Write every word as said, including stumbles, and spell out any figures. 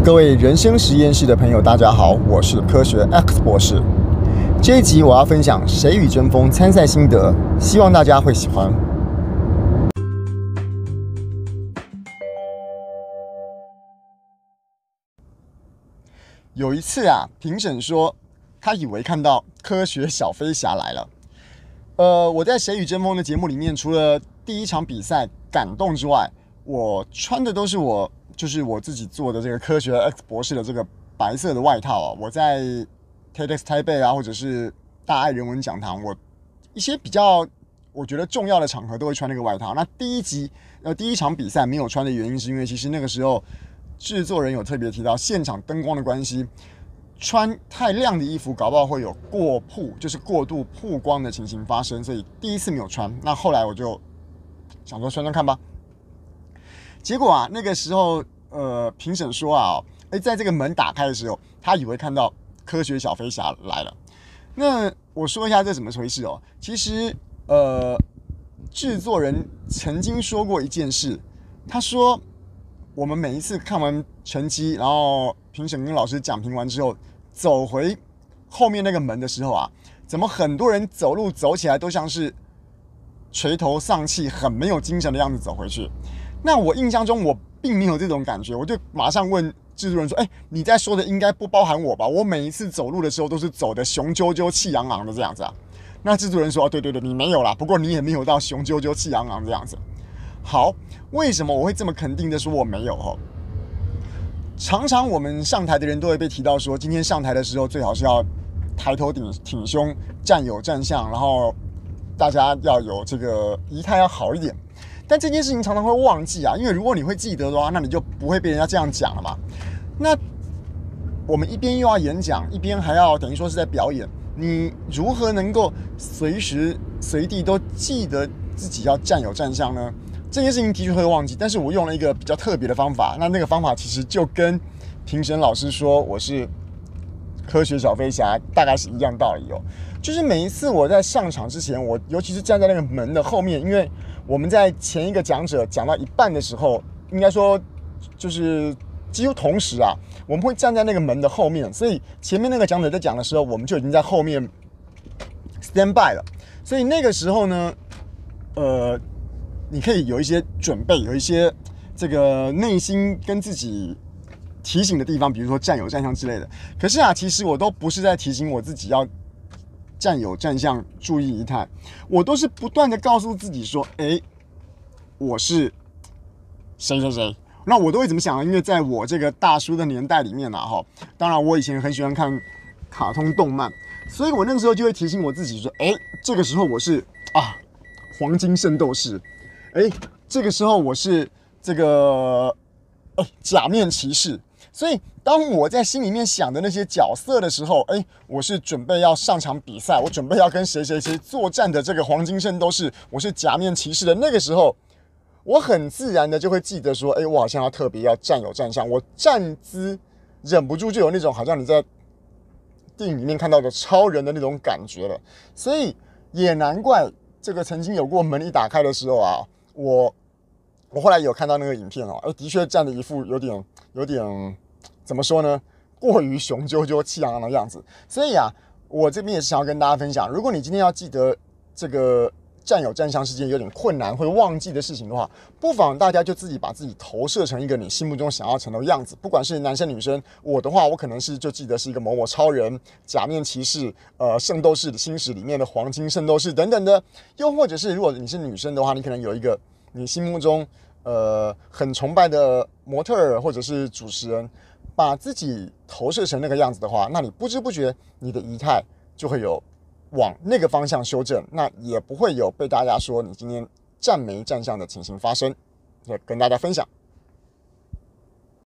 各位人生实验室的朋友，大家好，我是科学 X 博士。这一集我要分享《谁与争锋》参赛心得，希望大家会喜欢。有一次啊，评审说他以为看到科学小飞侠来了。呃，我在《谁与争锋》的节目里面，除了第一场比赛感动之外，我穿的都是我。就是我自己做的这个科学 X 博士的这个白色的外套啊，我在 TEDx 台北啊，或者是大爱人文讲堂，我一些比较我觉得重要的场合都会穿那个外套。那第一集呃第一场比赛没有穿的原因，是因为其实那个时候制作人有特别提到现场灯光的关系，穿太亮的衣服搞不好会有过曝，就是过度曝光的情形发生，所以第一次没有穿。那后来我就想说穿穿看吧。结果啊，那个时候，呃，评审说啊，哎，在这个门打开的时候，他以为看到科学小飞侠来了。那我说一下这怎么回事哦。其实，呃，制作人曾经说过一件事，他说，我们每一次看完成绩，然后评审跟老师讲评完之后，走回后面那个门的时候啊，怎么很多人走路走起来都像是垂头丧气、很没有精神的样子走回去。那我印象中我并没有这种感觉，我就马上问制作人说：“哎、欸，你在说的应该不包含我吧？我每一次走路的时候都是走的雄赳赳、气昂昂的这样子啊。”那制作人说：“哦，对对对，你没有啦，不过你也没有到雄赳赳、气昂昂这样子。”好，为什么我会这么肯定的说我没有？哦，常常我们上台的人都会被提到说，今天上台的时候最好是要抬头挺挺胸、站有站相，然后大家要有这个仪态要好一点。但这件事情常常会忘记啊，因为如果你会记得的话，那你就不会被人家这样讲了嘛。那我们一边又要演讲，一边还要等于说是在表演，你如何能够随时随地都记得自己要站有站相呢？这件事情的确会忘记，但是我用了一个比较特别的方法。那那个方法其实就跟评审老师说我是科学小飞侠大概是一样道理哦。就是每一次我在上场之前，我尤其是站在那个门的后面，因为我们在前一个讲者讲到一半的时候，应该说就是几乎同时啊，我们会站在那个门的后面，所以前面那个讲者在讲的时候，我们就已经在后面 stand by 了。所以那个时候呢，呃，你可以有一些准备，有一些这个内心跟自己提醒的地方，比如说站有站相之类的。可是啊，其实我都不是在提醒我自己要站有站相，注意仪态，我都是不断的告诉自己说，哎，我是谁谁谁。那我都会怎么想呢？因为在我这个大叔的年代里面啊，哈，当然我以前很喜欢看卡通动漫，所以我那个时候就会提醒我自己说，哎，这个时候我是啊黄金圣斗士，哎，这个时候我是这个哎假面骑士。所以，当我在心里面想的那些角色的时候，哎，我是准备要上场比赛，我准备要跟谁谁谁作战的这个黄金圣斗士，我是假面骑士的那个时候，我很自然的就会记得说，哎，我好像要特别要站有站相，我站姿忍不住就有那种好像你在电影里面看到的超人的那种感觉了。所以也难怪这个曾经有过门一打开的时候啊，我我后来有看到那个影片哦，哎，的确站的一副有点有点。怎么说呢？过于雄赳赳、气昂昂的样子。所以啊，我这边也是想要跟大家分享，如果你今天要记得这个站有站相是件有点困难、会忘记的事情的话，不妨大家就自己把自己投射成一个你心目中想要成的样子。不管是男生女生，我的话，我可能是就记得是一个某某超人、假面骑士、呃圣斗士的星矢里面的黄金圣斗士等等的。又或者是如果你是女生的话，你可能有一个你心目中呃很崇拜的模特儿或者是主持人。把自己投射成那个样子的话，那你不知不觉你的仪态就会有往那个方向修正，那也不会有被大家说你今天站没站相的情形发生。跟大家分享。